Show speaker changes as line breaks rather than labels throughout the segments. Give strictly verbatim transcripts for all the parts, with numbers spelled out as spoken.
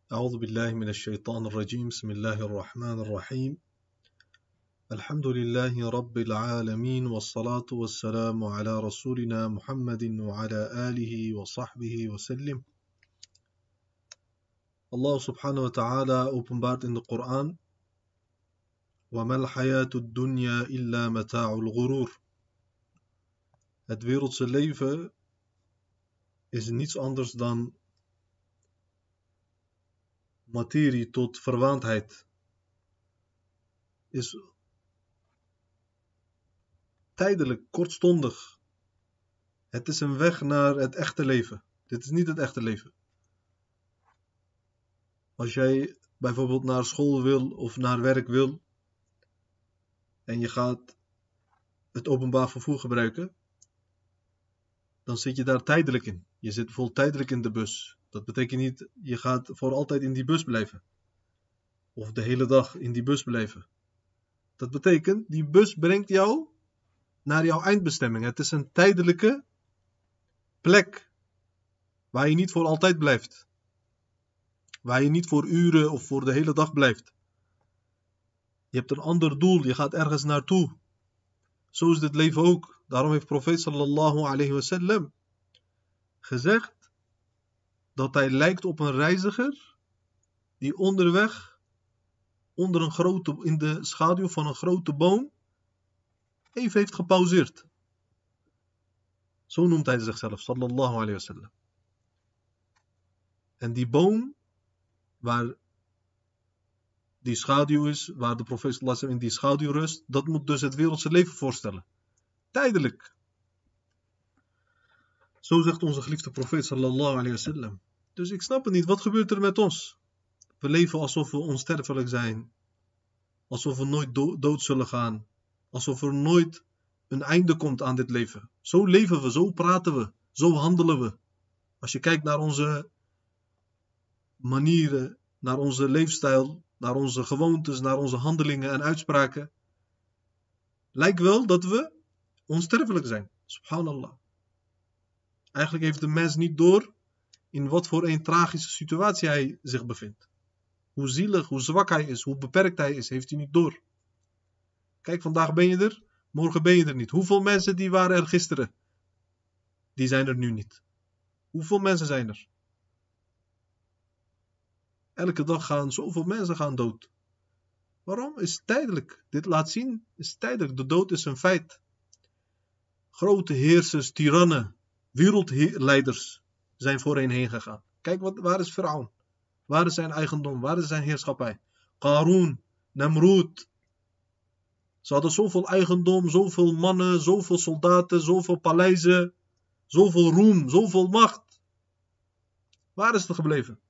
أعوذ بالله من الشيطان الرجيم بسم الله الرحمن الرحيم الحمد لله رب العالمين والصلاة والسلام على رسولنا محمد وعلى آله وصحبه وسلم. Allah subhanahu wa ta'ala openbaart in de Koran: وَمَا الْحَيَاةُ الدُّنْيَا إِلَّا مَتَاعُ الْغُرُورِ. Het wereldse leven is niets anders dan materie tot verwaandheid, is tijdelijk, kortstondig. Het is een weg naar het echte leven. Dit is niet het echte leven. Als jij bijvoorbeeld naar school wil of naar werk wil en je gaat het openbaar vervoer gebruiken, dan zit je daar tijdelijk in. Je zit bijvoorbeeld tijdelijk in de bus. Dat betekent niet, je gaat voor altijd in die bus blijven. Of de hele dag in die bus blijven. Dat betekent, die bus brengt jou naar jouw eindbestemming. Het is een tijdelijke plek waar je niet voor altijd blijft. Waar je niet voor uren of voor de hele dag blijft. Je hebt een ander doel, je gaat ergens naartoe. Zo is dit leven ook. Daarom heeft profeet sallallahu alayhi wa sallam gezegd dat hij lijkt op een reiziger die onderweg onder een grote, in de schaduw van een grote boom even heeft gepauzeerd. Zo noemt hij zichzelf, sallallahu alayhi wa sallam. En die boom, waar die schaduw is, waar de profeet sallallahu alayhi wa sallam in die schaduw rust, dat moet dus het wereldse leven voorstellen. Tijdelijk. Zo zegt onze geliefde profeet sallallahu alayhi wa sallam. Dus ik snap het niet, wat gebeurt er met ons? We leven alsof we onsterfelijk zijn. Alsof we nooit do- dood zullen gaan. Alsof er nooit een einde komt aan dit leven. Zo leven we, zo praten we, zo handelen we. Als je kijkt naar onze manieren, naar onze leefstijl, naar onze gewoontes, naar onze handelingen en uitspraken, lijkt wel dat we onsterfelijk zijn. Subhanallah. Eigenlijk heeft de mens niet door in wat voor een tragische situatie hij zich bevindt. Hoe zielig, hoe zwak hij is, hoe beperkt hij is, heeft hij niet door. Kijk, vandaag ben je er, morgen ben je er niet. Hoeveel mensen die waren er gisteren, die zijn er nu niet. Hoeveel mensen zijn er? Elke dag gaan zoveel mensen gaan dood. Waarom? Is tijdelijk. Dit laat zien, is tijdelijk. De dood is een feit. Grote heersers, tirannen, wereldleiders zijn voorheen heen gegaan. Kijk, wat, waar is Firaun? Waar is zijn eigendom? Waar is zijn heerschappij? Qarun, Namrud. Ze hadden zoveel eigendom, zoveel mannen, zoveel soldaten, zoveel paleizen, zoveel roem, zoveel macht. Waar is het gebleven?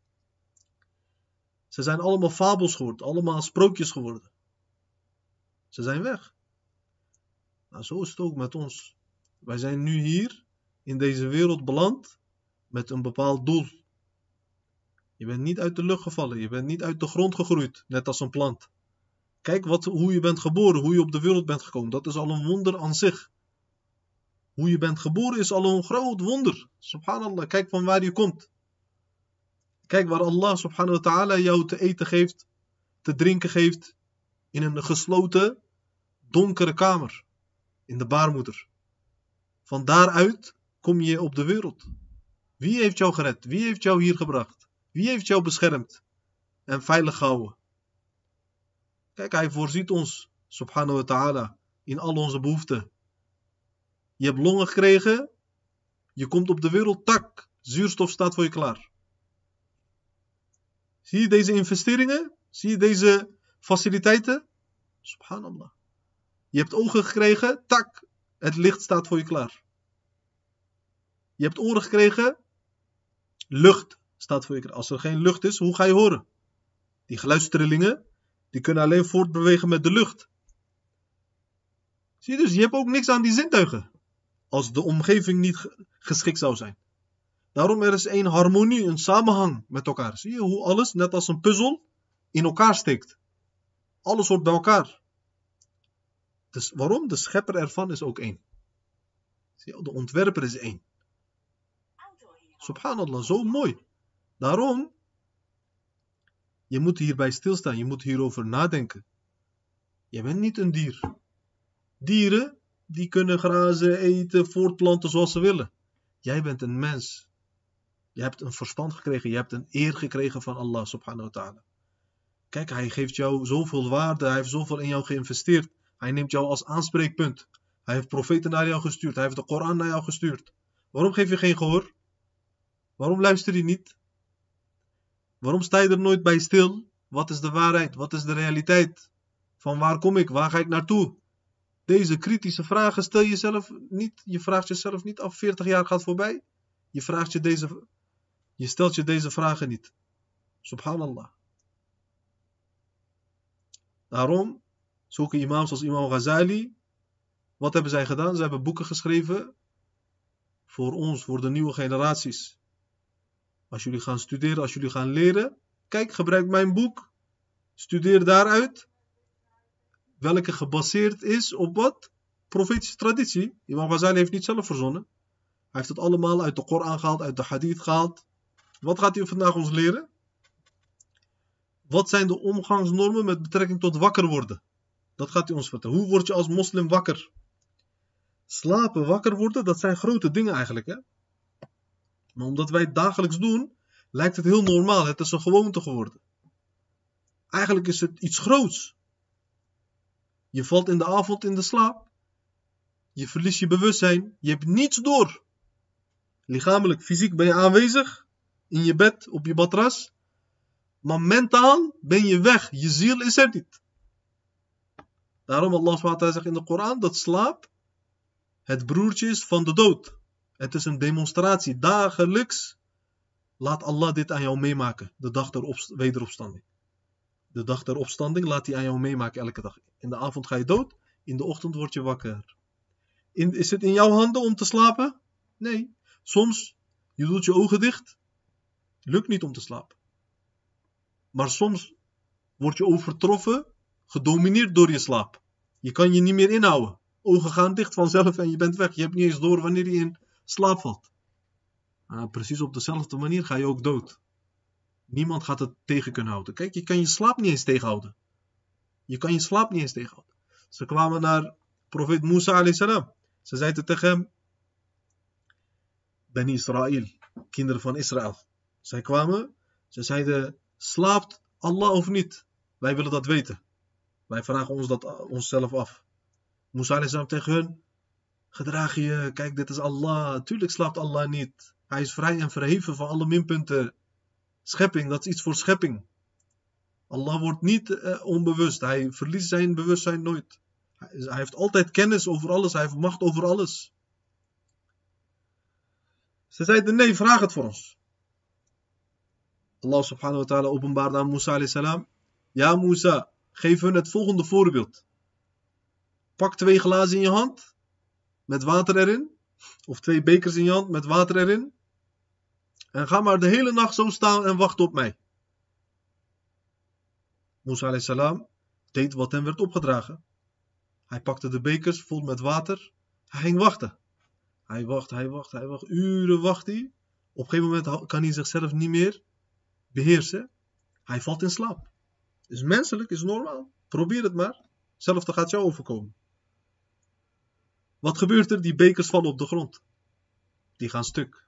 Ze zijn allemaal fabels geworden, allemaal sprookjes geworden. Ze zijn weg. Nou, zo is het ook met ons. Wij zijn nu hier in deze wereld beland met een bepaald doel. Je bent niet uit de lucht gevallen, je bent niet uit de grond gegroeid, net als een plant. Kijk wat, hoe je bent geboren, hoe je op de wereld bent gekomen. Dat is al een wonder aan zich. Hoe je bent geboren is al een groot wonder. Subhanallah, kijk van waar je komt. Kijk waar Allah subhanahu wa ta'ala jou te eten geeft, te drinken geeft, in een gesloten, donkere kamer. In de baarmoeder. Van daaruit kom je op de wereld. Wie heeft jou gered? Wie heeft jou hier gebracht? Wie heeft jou beschermd en veilig gehouden? Kijk, hij voorziet ons, subhanahu wa ta'ala, in al onze behoeften. Je hebt longen gekregen, je komt op de wereld, tak, zuurstof staat voor je klaar. Zie je deze investeringen? Zie je deze faciliteiten? Subhanallah. Je hebt ogen gekregen, tak, het licht staat voor je klaar. Je hebt oren gekregen, lucht staat voor je klaar. Als er geen lucht is, hoe ga je horen? Die geluidstrillingen, die kunnen alleen voortbewegen met de lucht. Zie je dus, je hebt ook niks aan die zintuigen. Als de omgeving niet geschikt zou zijn. Daarom er is één harmonie, een samenhang met elkaar. Zie je hoe alles, net als een puzzel, in elkaar steekt. Alles hoort bij elkaar. Dus waarom? De schepper ervan is ook één. Zie je, de ontwerper is één. Subhanallah, zo mooi. Daarom Je moet hierbij stilstaan. Je moet hierover nadenken. Je bent niet een dier. Dieren, die kunnen grazen, eten, voortplanten zoals ze willen. Jij bent een mens. Je hebt een verstand gekregen. Je hebt een eer gekregen van Allah subhanahu wa ta'ala. Kijk, hij geeft jou zoveel waarde. Hij heeft zoveel in jou geïnvesteerd. Hij neemt jou als aanspreekpunt. Hij heeft profeten naar jou gestuurd. Hij heeft de Koran naar jou gestuurd. Waarom geef je geen gehoor? Waarom luister je niet? Waarom sta je er nooit bij stil? Wat is de waarheid? Wat is de realiteit? Van waar kom ik? Waar ga ik naartoe? Deze kritische vragen stel je zelf niet. Je vraagt jezelf niet af. veertig jaar gaat voorbij. Je, vraagt je, deze, je stelt je deze vragen niet. Subhanallah. Daarom, zulke imams als Imam Ghazali, wat hebben zij gedaan? Ze hebben boeken geschreven voor ons, voor de nieuwe generaties. Als jullie gaan studeren, als jullie gaan leren, kijk, gebruik mijn boek. Studeer daaruit. Welke gebaseerd is op wat? Profetische traditie. Imam Ghazali heeft niet zelf verzonnen. Hij heeft het allemaal uit de Koran gehaald, uit de hadith gehaald. Wat gaat hij vandaag ons leren? Wat zijn de omgangsnormen met betrekking tot wakker worden? Dat gaat hij ons vertellen. Hoe word je als moslim wakker? Slapen, wakker worden, dat zijn grote dingen eigenlijk. Hè? Maar omdat wij het dagelijks doen, lijkt het heel normaal. Het is een gewoonte geworden. Eigenlijk is het iets groots. Je valt in de avond in de slaap. Je verliest je bewustzijn. Je hebt niets door. Lichamelijk, fysiek ben je aanwezig. In je bed, op je matras. Maar mentaal ben je weg. Je ziel is er niet. Daarom Allah subhanahu wa ta'ala zegt in de Koran dat slaap het broertje is van de dood. Het is een demonstratie. Dagelijks laat Allah dit aan jou meemaken. De dag der opst- wederopstanding. De dag der opstanding laat hij aan jou meemaken elke dag. In de avond ga je dood. In de ochtend word je wakker. In, is het in jouw handen om te slapen? Nee. Soms, je doet je ogen dicht. Lukt niet om te slapen. Maar soms word je overtroffen, gedomineerd door je slaap. Je kan je niet meer inhouden. Ogen gaan dicht vanzelf en je bent weg. Je hebt niet eens door wanneer je in slaap valt. Ah, precies op dezelfde manier ga je ook dood. Niemand gaat het tegen kunnen houden. Kijk, je kan je slaap niet eens tegenhouden. Je kan je slaap niet eens tegenhouden. Ze kwamen naar profeet Musa alayhi salam. Ze zeiden tegen hem: Bani Israël, kinderen van Israël. Zij kwamen, ze zeiden: slaapt Allah of niet? Wij willen dat weten. Wij vragen ons dat onszelf af. Musa alayhi salam tegen hun: gedraag je, kijk, dit is Allah. Tuurlijk slaapt Allah niet. Hij is vrij en verheven van alle minpunten. Schepping, dat is iets voor schepping. Allah wordt niet uh, onbewust. Hij verliest zijn bewustzijn nooit. Hij, hij heeft altijd kennis over alles. Hij heeft macht over alles. Ze zeiden: nee, vraag het voor ons. Allah subhanahu wa ta'ala openbaarde aan Musa alayhi salam: ja Musa, geef hun het volgende voorbeeld. Pak twee glazen in je hand met water erin. Of twee bekers in je hand met water erin. En ga maar de hele nacht zo staan en wacht op mij. Musa alayhi salam deed wat hem werd opgedragen. Hij pakte de bekers vol met water. Hij ging wachten. Hij wacht, hij wacht, hij wacht. Uren wacht hij. Op een gegeven moment kan hij zichzelf niet meer beheersen. Hij valt in slaap. Is menselijk, is normaal. Probeer het maar. Hetzelfde gaat jou overkomen. Wat gebeurt er? Die bekers vallen op de grond. Die gaan stuk.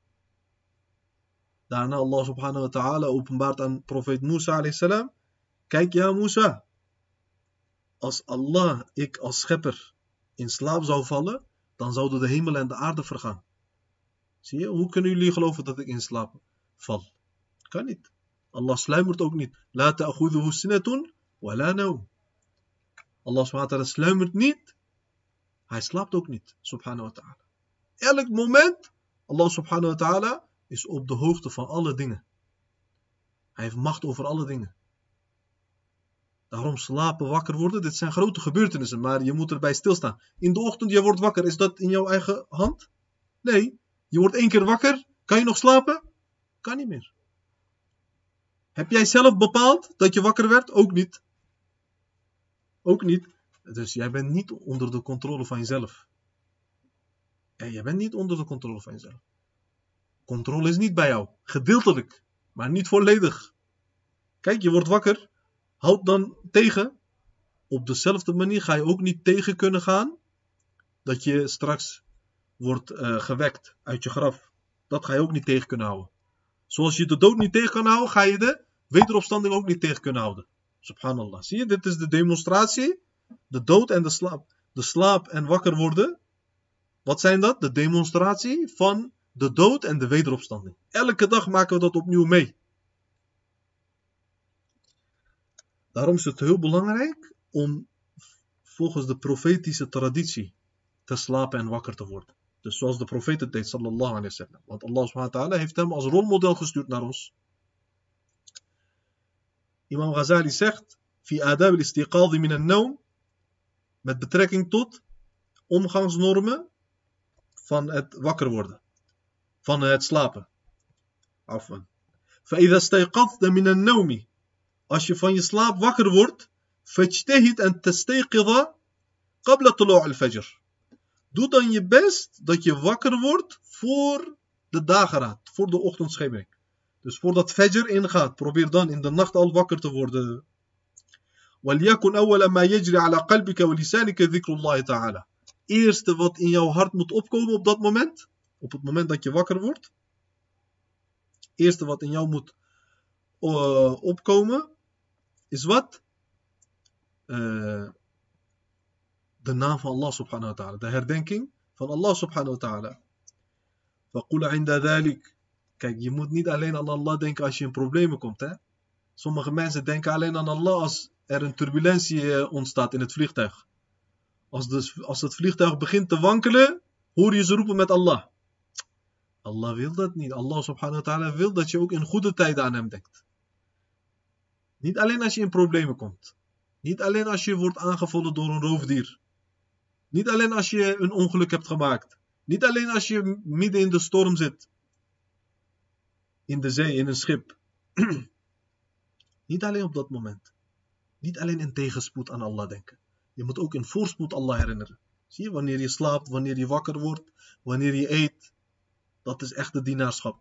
Daarna Allah subhanahu wa ta'ala openbaart aan profeet Musa alayhi salam: kijk ja Musa, als Allah, ik als schepper, in slaap zou vallen, dan zouden de hemel en de aarde vergaan. Zie je, hoe kunnen jullie geloven dat ik in slaap val? Kan niet. Allah sluimert ook niet. La ta'khudhuhu sinatun wa la nawm. Allah subhanahu wa ta'ala sluimert niet. Hij slaapt ook niet, subhanahu wa ta'ala. Elk moment, Allah subhanahu wa ta'ala is op de hoogte van alle dingen. Hij heeft macht over alle dingen. Daarom slapen, wakker worden, dit zijn grote gebeurtenissen, maar je moet erbij stilstaan. In de ochtend, je wordt wakker, is dat in jouw eigen hand? Nee, je wordt één keer wakker, kan je nog slapen? Kan niet meer. Heb jij zelf bepaald dat je wakker werd? Ook niet. Ook niet. Dus jij bent niet onder de controle van jezelf. En jij bent niet onder de controle van jezelf. Controle is niet bij jou. Gedeeltelijk, maar niet volledig. Kijk, je wordt wakker. Houd dan tegen. Op dezelfde manier ga je ook niet tegen kunnen gaan. Dat je straks wordt uh, gewekt uit je graf. Dat ga je ook niet tegen kunnen houden. Zoals je de dood niet tegen kan houden, ga je de wederopstanding ook niet tegen kunnen houden. Subhanallah. Zie je, dit is de demonstratie. De dood en de slaap. De slaap en wakker worden. Wat zijn dat? De demonstratie van de dood en de wederopstanding. Elke dag maken we dat opnieuw mee. Daarom is het heel belangrijk om volgens de profetische traditie te slapen en wakker te worden. Dus zoals de profeet het deed, sallallahu alayhi wa sallam. Want Allah subhanahu wa ta'ala heeft hem als rolmodel gestuurd naar ons. Imam Ghazali zegt, fi adab al-istiqadhi min an-nawm, met betrekking tot omgangsnormen van het wakker worden, van het slapen. Afwan. Fa idha istayqadhta min an-nawmi, als je van je slaap wakker wordt, fajtahid an tastayqidha qabla tulu' al-fajr. Doe dan je best dat je wakker wordt voor de dageraad, voor de ochtendschemering. Dus voordat Fajr ingaat, probeer dan in de nacht al wakker te worden. وَلْيَكُنْ أَوَّلَ مَا يَجْرِي عَلَى قَلْبِكَ وَلِسَانِكَ ذِكْرُ اللَّهِ تَعَالَى. Eerste wat in jouw hart moet opkomen op dat moment, op het moment dat je wakker wordt. Eerste wat in jou moet uh, opkomen, is wat? Uh, de naam van Allah subhanahu wa ta'ala. De herdenking van Allah subhanahu wa ta'ala. فَقُلَ عِنْدَ ذَلِكَ. Kijk, je moet niet alleen aan Allah denken als je in problemen komt. Hè? Sommige mensen denken alleen aan Allah als er een turbulentie ontstaat in het vliegtuig. Als, de, als het vliegtuig begint te wankelen, hoor je ze roepen met Allah. Allah wil dat niet. Allah subhanahu wa ta'ala wil dat je ook in goede tijden aan hem denkt. Niet alleen als je in problemen komt. Niet alleen als je wordt aangevallen door een roofdier. Niet alleen als je een ongeluk hebt gemaakt. Niet alleen als je midden in de storm zit. In de zee, in een schip. Niet alleen op dat moment. Niet alleen in tegenspoed aan Allah denken. Je moet ook in voorspoed Allah herinneren. Zie je, wanneer je slaapt, wanneer je wakker wordt, wanneer je eet. Dat is echt de dienaarschap.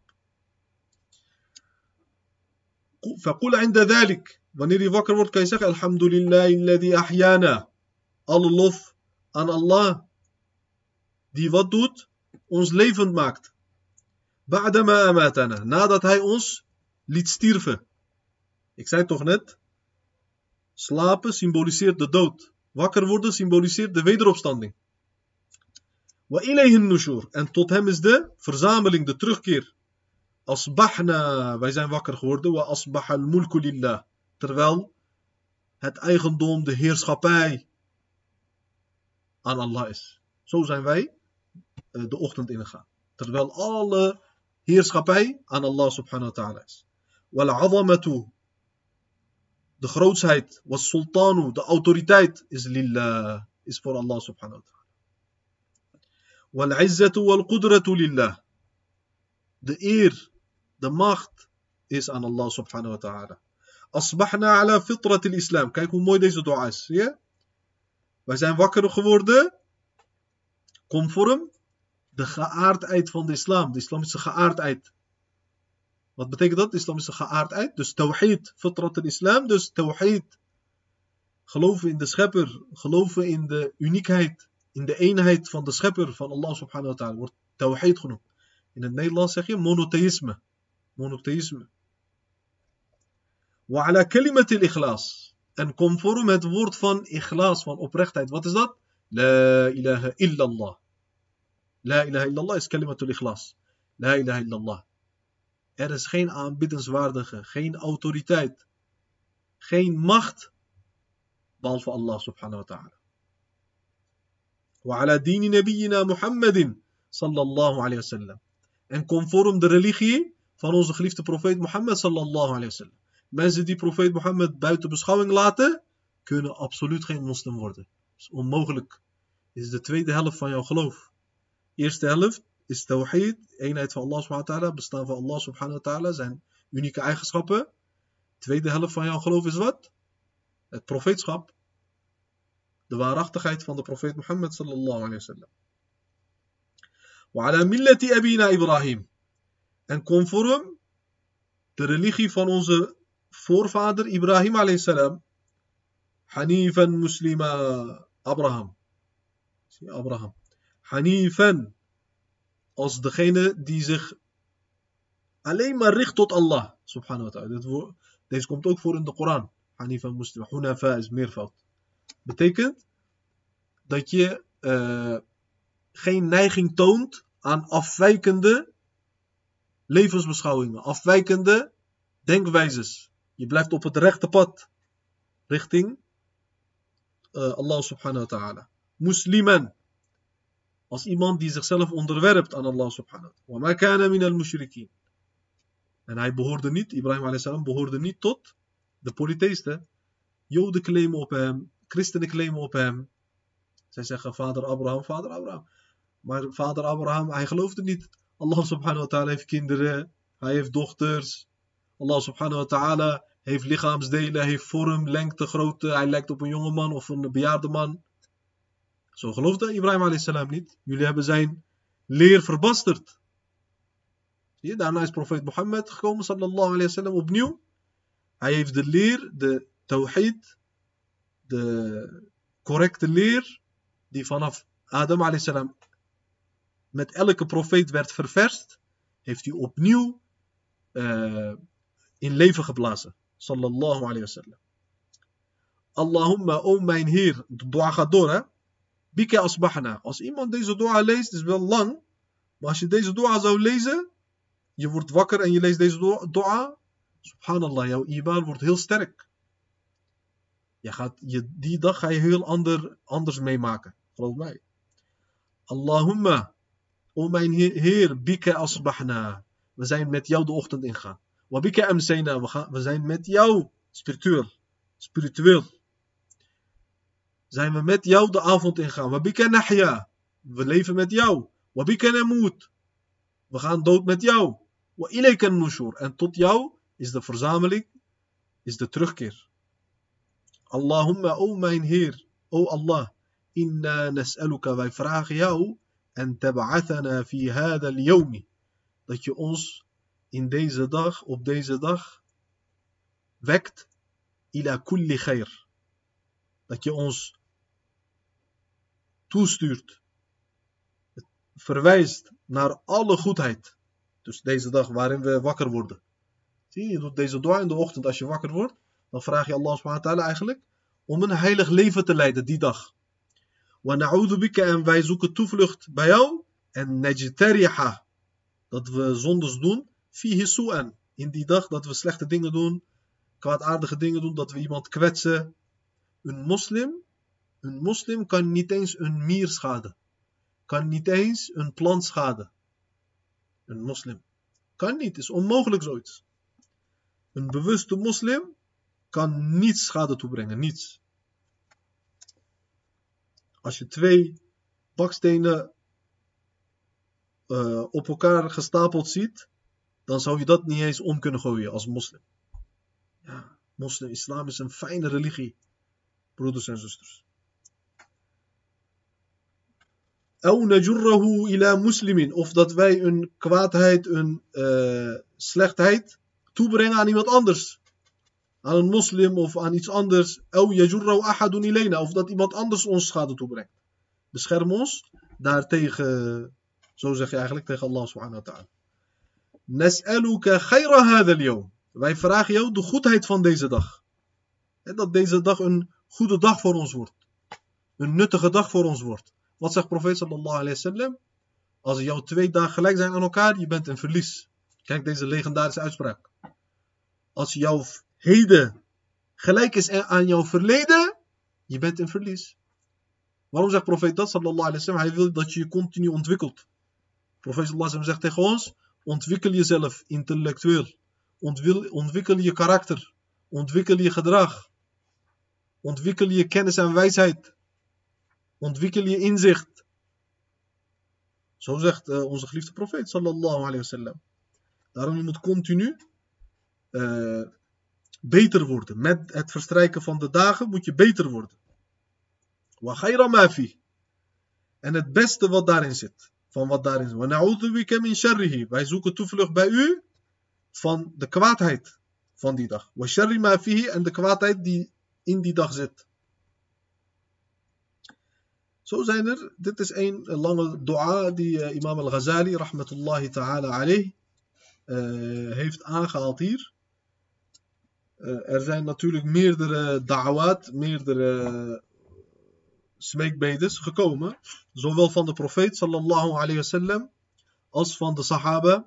فَقُلْ عِنْدَ ذَلِكَ. Wanneer je wakker wordt, kan je zeggen, Alhamdulillahi alladhi ahyana. Alle lof aan Allah. Die wat doet? Ons levend maakt. Ba'dama amatana. Nadat hij ons liet stierven. Ik zei toch net. Slapen symboliseert de dood. Wakker worden symboliseert de wederopstanding. Wa ilayhi an-nushur. En tot hem is de verzameling, de terugkeer. Asbahna. Wij zijn wakker geworden. Wa asbaha al-mulku lillah. Terwijl het eigendom, de heerschappij aan Allah is. Zo zijn wij de ochtend ingegaan. Terwijl alle heerschappij aan Allah subhanahu wa ta'ala is. Wal 'azamatu. De grootsheid, was sultanu, de autoriteit is lillah, is voor Allah subhanahu wa ta'ala. Wal 'izzatu wal qudratu lillah. De eer, de macht is aan Allah subhanahu wa ta'ala. Asbahna ala fitrat al-islam. Kijk hoe mooi deze dua is. Zie je? Wij zijn wakker geworden conform de geaardheid van de islam. De islamische geaardheid. Wat betekent dat? De islamische geaardheid. Dus tawhid, fitrat al-islam. Dus tawhid. Geloven in de schepper. Geloven in de uniekheid. In de eenheid van de schepper van Allah subhanahu wa ta'ala. Wordt tawhid genoemd. In het Nederlands zeg je monotheïsme. Monotheïsme. Wa ala kalimat al-ikhlas. En conform het woord van ikhlas, van oprechtheid. Wat is dat? La ilaha illallah. La ilaha illallah is kalimatul ikhlas. La ilaha illallah. Er is geen aanbiddenswaardige, geen autoriteit, geen macht, behalve Allah subhanahu wa ta'ala. Wa ala dini nabiyyina Muhammadin sallallahu alayhi wa sallam. En conform de religie van onze geliefde profeet Mohammed sallallahu alayhi wa sallam. Mensen die profeet Mohammed buiten beschouwing laten, kunnen absoluut geen moslim worden. Dat is onmogelijk. Dit is de tweede helft van jouw geloof. Eerste helft is tawhid, eenheid van Allah subhanahu wa ta'ala, bestaan van Allah subhanahu wa ta'ala, zijn unieke eigenschappen. Tweede helft van jouw geloof is wat? Het profeetschap. De waarachtigheid van de profeet Mohammed sallallahu alayhi wa sallam. Wa ala millati abina Ibrahim. En conform de religie van onze voorvader Ibrahim alayhi salam. Hanifan muslima Abraham. Abraham. Hanifan. Als degene die zich alleen maar richt tot Allah. Subhanahu wa ta'ala. Deze komt ook voor in de Koran. Hanifan muslima. Hunafa is meervoud. Betekent dat je uh, geen neiging toont aan afwijkende levensbeschouwingen, afwijkende denkwijzes. Je blijft op het rechte pad richting uh, Allah subhanahu wa ta'ala. Musliman. Als iemand die zichzelf onderwerpt aan Allah subhanahu wa ta'ala. Wa ma kana min al-mushrikeen. En hij behoorde niet, Ibrahim alayhi salam behoorde niet tot de polytheïsten. Joden claimen op hem, christenen claimen op hem. Zij zeggen vader Abraham, vader Abraham. Maar vader Abraham, hij geloofde niet. Allah subhanahu wa ta'ala heeft kinderen, hij heeft dochters. Allah subhanahu wa ta'ala heeft lichaamsdelen, heeft vorm, lengte, grootte. Hij lijkt op een jonge man of een bejaarde man. Zo geloofde Ibrahim alayhi salam niet. Jullie hebben zijn leer verbasterd. Zie je, daarna is profeet Mohammed gekomen, sallallahu alayhi wa sallam, opnieuw. Hij heeft de leer, de tawhid, de correcte leer, die vanaf Adam alayhi salam met elke profeet werd ververst, heeft hij opnieuw uh, in leven geblazen. Sallallahu alayhi wa sallam. Allahumma, o mijn Heer, de dua gaat door, hè. Bika asbahna. Als iemand deze dua leest, is wel lang, maar als je deze dua zou lezen, je wordt wakker en je leest deze dua, subhanallah, jouw iman wordt heel sterk. Je gaat, je, die dag ga je heel ander, anders meemaken. Geloof mij. Allahumma, o mijn Heer, bika asbahna. We zijn met jou de ochtend ingegaan. Wa bika amsayna. We, gaan, we zijn met jou spiritueel. Spiritueel. Zijn we met jou de avond ingegaan. Wa bika nahya. We leven met jou. Wa bika namoot. We gaan dood met jou. Wa ilayka nushur. En tot jou is de verzameling, is de terugkeer. Allahumma, o mijn Heer, o Allah, inna nas'aluka, wij vragen jou, en tab'athana fi hada al-yawmi, dat je ons in deze dag, op deze dag, wekt, ila kulli khair, dat je ons toestuurt, verwijst naar alle goedheid. Dus deze dag waarin we wakker worden. Zie je, je doet deze dua in de ochtend als je wakker wordt. Dan vraag je Allah subhanahu wa ta'ala eigenlijk om een heilig leven te leiden die dag. Wa na'udhu bika, en wij zoeken toevlucht bij jou. En najtariha, dat we zondes doen. Fihi su'an, in die dag dat we slechte dingen doen. Kwaadaardige dingen doen, dat we iemand kwetsen. Een moslim, een moslim kan niet eens een mier schaden. Kan niet eens een plant schaden. Een moslim. Kan niet, is onmogelijk zoiets. Een bewuste moslim kan niets schade toebrengen, niets. Als je twee bakstenen uh, op elkaar gestapeld ziet, dan zou je dat niet eens om kunnen gooien als moslim. Ja, moslim, islam is een fijne religie, broeders en zusters. Au najurrahu ila muslimin, of dat wij een kwaadheid, een uh, slechtheid toebrengen aan iemand anders. Aan een moslim of aan iets anders. Au yajurrahu ahadun ilayna, of dat iemand anders ons schade toebrengt. Bescherm ons daartegen, zo zeg je eigenlijk tegen Allah subhanahu wa ta'ala. Nas'aluka khayra hadha al-yawm. Wij vragen jou de goedheid van deze dag. En dat deze dag een goede dag voor ons wordt. Een nuttige dag voor ons wordt. Wat zegt profeet sallallahu alayhi wa sallam? Als jouw twee dagen gelijk zijn aan elkaar, je bent een verlies. Kijk deze legendarische uitspraak. Als jouw heden gelijk is aan jouw verleden, je bent een verlies. Waarom zegt profeet dat sallallahu alayhi wa sallam? Hij wil dat je je continu ontwikkelt. Profeet sallallahu alayhi wa sallam zegt tegen ons, ontwikkel jezelf intellectueel. Ontwil, ontwikkel je karakter. Ontwikkel je gedrag. Ontwikkel je kennis en wijsheid. Ontwikkel je inzicht. Zo zegt uh, onze geliefde profeet sallallahu alayhi wa sallam. Daarom je moet continu uh, beter worden. Met het verstrijken van de dagen moet je beter worden. Wa khayra ma fi. En het beste wat daarin zit. Van wat daarin zit. Wa na'udhu bika min sharrihi. Wij zoeken toevlucht bij u van de kwaadheid. van die dag. Wa sharri ma fihi, en de kwaadheid die in die dag zit. Zo zijn er, dit is een lange dua die uh, imam al-Ghazali, rahmatullahi ta'ala alayh, uh, heeft aangehaald hier. Uh, er zijn natuurlijk meerdere da'awat, meerdere smeekbedes gekomen. Zowel van de profeet, sallallahu alayhi wasallam, als van de sahaba.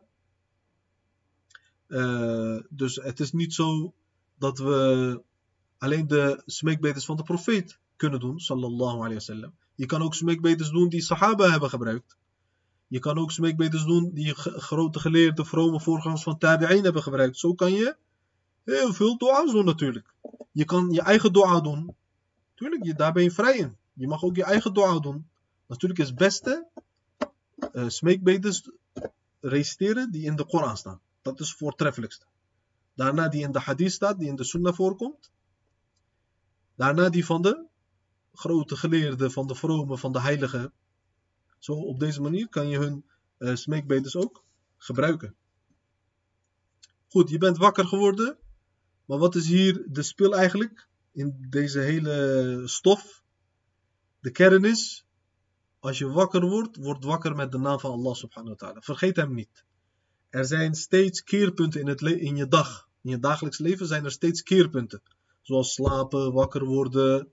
Uh, dus het is niet zo dat we alleen de smeekbedes van de profeet kunnen doen, sallallahu alayhi wasallam. Je kan ook smeekbedes doen die sahaba hebben gebruikt. Je kan ook smeekbedes doen die grote geleerde, vrome voorgangers van tabi'in hebben gebruikt. Zo kan je heel veel dua's doen natuurlijk. Je kan je eigen dua doen. Tuurlijk, je, daar ben je vrij in. Je mag ook je eigen dua doen. Natuurlijk is het beste uh, smeekbedes reciteren die in de Koran staan. Dat is het voortreffelijkste. Daarna die in de hadith staat, die in de sunnah voorkomt. Daarna die van de grote geleerden, van de vrome, van de heiligen. Zo op deze manier kan je hun uh, smeekbedes ook gebruiken. Goed, je bent wakker geworden. Maar wat is hier de spil eigenlijk? In deze hele stof. De kern is, als je wakker wordt, word wakker met de naam van Allah subhanahu wa ta'ala. Vergeet hem niet. Er zijn steeds keerpunten in, het le- in je dag. In je dagelijks leven zijn er steeds keerpunten. Zoals slapen, wakker worden,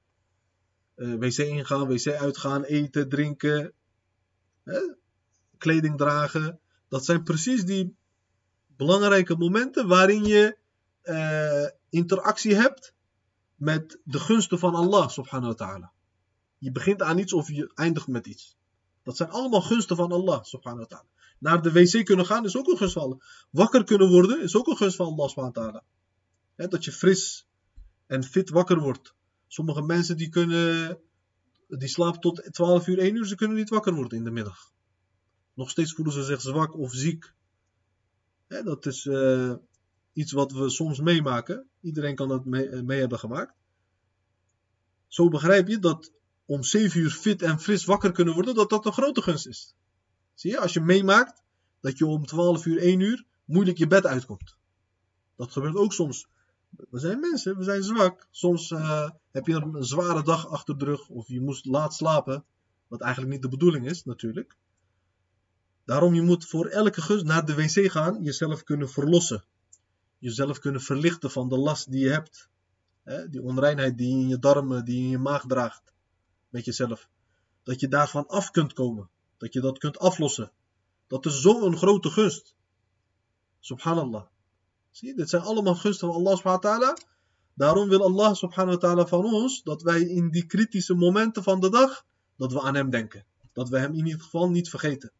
uh, wc ingaan, wc uitgaan, eten, drinken, hè? Kleding dragen. Dat zijn precies die belangrijke momenten waarin je uh, interactie hebt met de gunsten van Allah subhanahu wa ta'ala. Je begint aan iets of je eindigt met iets. Dat zijn allemaal gunsten van Allah subhanahu wa ta'ala. Naar de wc kunnen gaan is ook een gunst van Allah. Wakker kunnen worden is ook een gunst van Allah subhanahu wa ta'ala. He, dat je fris en fit wakker wordt. Sommige mensen die kunnen, die slapen tot twaalf uur, één uur, ze kunnen niet wakker worden in de middag. Nog steeds voelen ze zich zwak of ziek. He, dat is uh, iets wat we soms meemaken. Iedereen kan dat mee, mee hebben gemaakt. Zo begrijp je dat om zeven uur fit en fris wakker kunnen worden, dat dat een grote gunst is. Zie je, als je meemaakt dat je om twaalf uur, één uur moeilijk je bed uitkomt. Dat gebeurt ook soms. We zijn mensen, we zijn zwak. Soms uh, heb je een zware dag achter de rug of je moest laat slapen. Wat eigenlijk niet de bedoeling is natuurlijk. Daarom je moet voor elke gunst naar de wc gaan, jezelf kunnen verlossen. Jezelf kunnen verlichten van de last die je hebt. Hè? Die onreinheid die je in je darmen, die je in je maag draagt. Met jezelf. Dat je daarvan af kunt komen. Dat je dat kunt aflossen. Dat is zo'n grote gunst. Subhanallah. Zie je, dit zijn allemaal gunsten van Allah subhanahu wa ta'ala. Daarom wil Allah subhanahu wa ta'ala van ons dat wij in die kritische momenten van de dag, dat we aan hem denken. Dat we hem in ieder geval niet vergeten.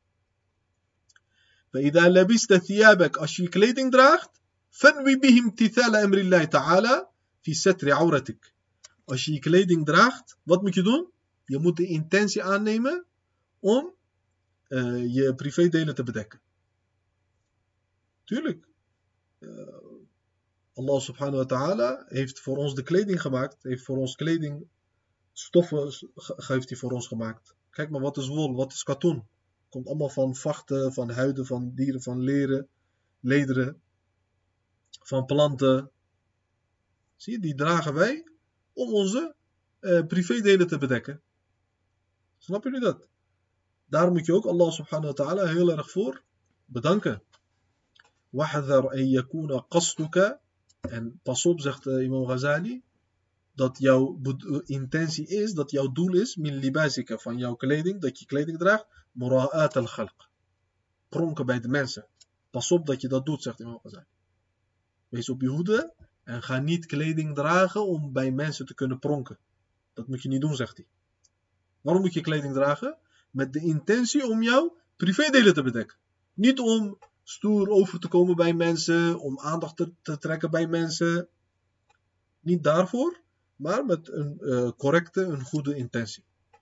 فَإِذَا لَبِسْتَ ثِيَابَكَ, als je je kleding draagt, فَنْوِ بِهِمْ تِثَالَ أَمْرِ اللَّهِ تَعَالَى فِي سَتْرِ عَوْرَتِكَ. Als je je kleding draagt, wat moet je doen? Je moet de intentie aannemen om uh, je privédelen te bedekken. Tuurlijk. Uh, Allah subhanahu wa ta'ala heeft voor ons de kleding gemaakt. Heeft voor ons kleding, stoffen heeft hij voor ons gemaakt. Kijk maar, wat is wol, wat is katoen? Komt allemaal van vachten, van huiden, van dieren, van leren, lederen, van planten. Zie je, die dragen wij om onze uh, privédelen te bedekken. Snappen jullie dat? Daar moet je ook Allah subhanahu wa ta'ala heel erg voor bedanken. وَحَذَرْ أَنْ يَكُونَ قَصْدُكَ, en pas op, zegt uh, Imam Ghazali, dat jouw intentie is, dat jouw doel is, min libasika, van jouw kleding, dat je kleding draagt, mura'at al-khalq, pronken bij de mensen. Pas op dat je dat doet, zegt Imam Ghazali. Wees op je hoede en ga niet kleding dragen om bij mensen te kunnen pronken. Dat moet je niet doen, zegt hij. Waarom moet je kleding dragen? Met de intentie om jouw privédelen te bedekken. Niet om stoer over te komen bij mensen, om aandacht te, te trekken bij mensen. Niet daarvoor, maar met een uh, correcte, een goede intentie.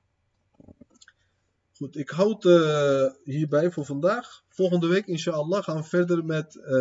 Goed, ik houd uh, hierbij voor vandaag. Volgende week, inshallah, gaan we verder met uh,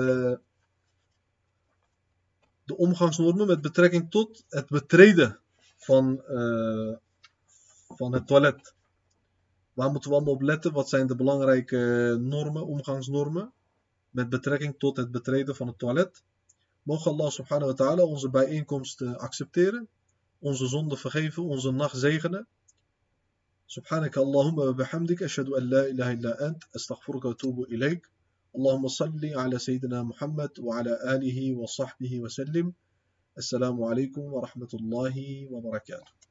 de omgangsnormen met betrekking tot het betreden van, uh, van het toilet. Waar moeten we allemaal op letten? Wat zijn de belangrijke normen, omgangsnormen, met betrekking tot het betreden van het toilet? Mogen Allah subhanahu wa ta'ala onze bijeenkomst accepteren, onze zonden vergeven, onze nacht zegenen. سبحانك اللهم وبحمدك أشهد أن لا إله إلا أنت أستغفرك وأتوب إليك اللهم صل على سيدنا محمد وعلى آله وصحبه وسلم السلام عليكم ورحمة الله وبركاته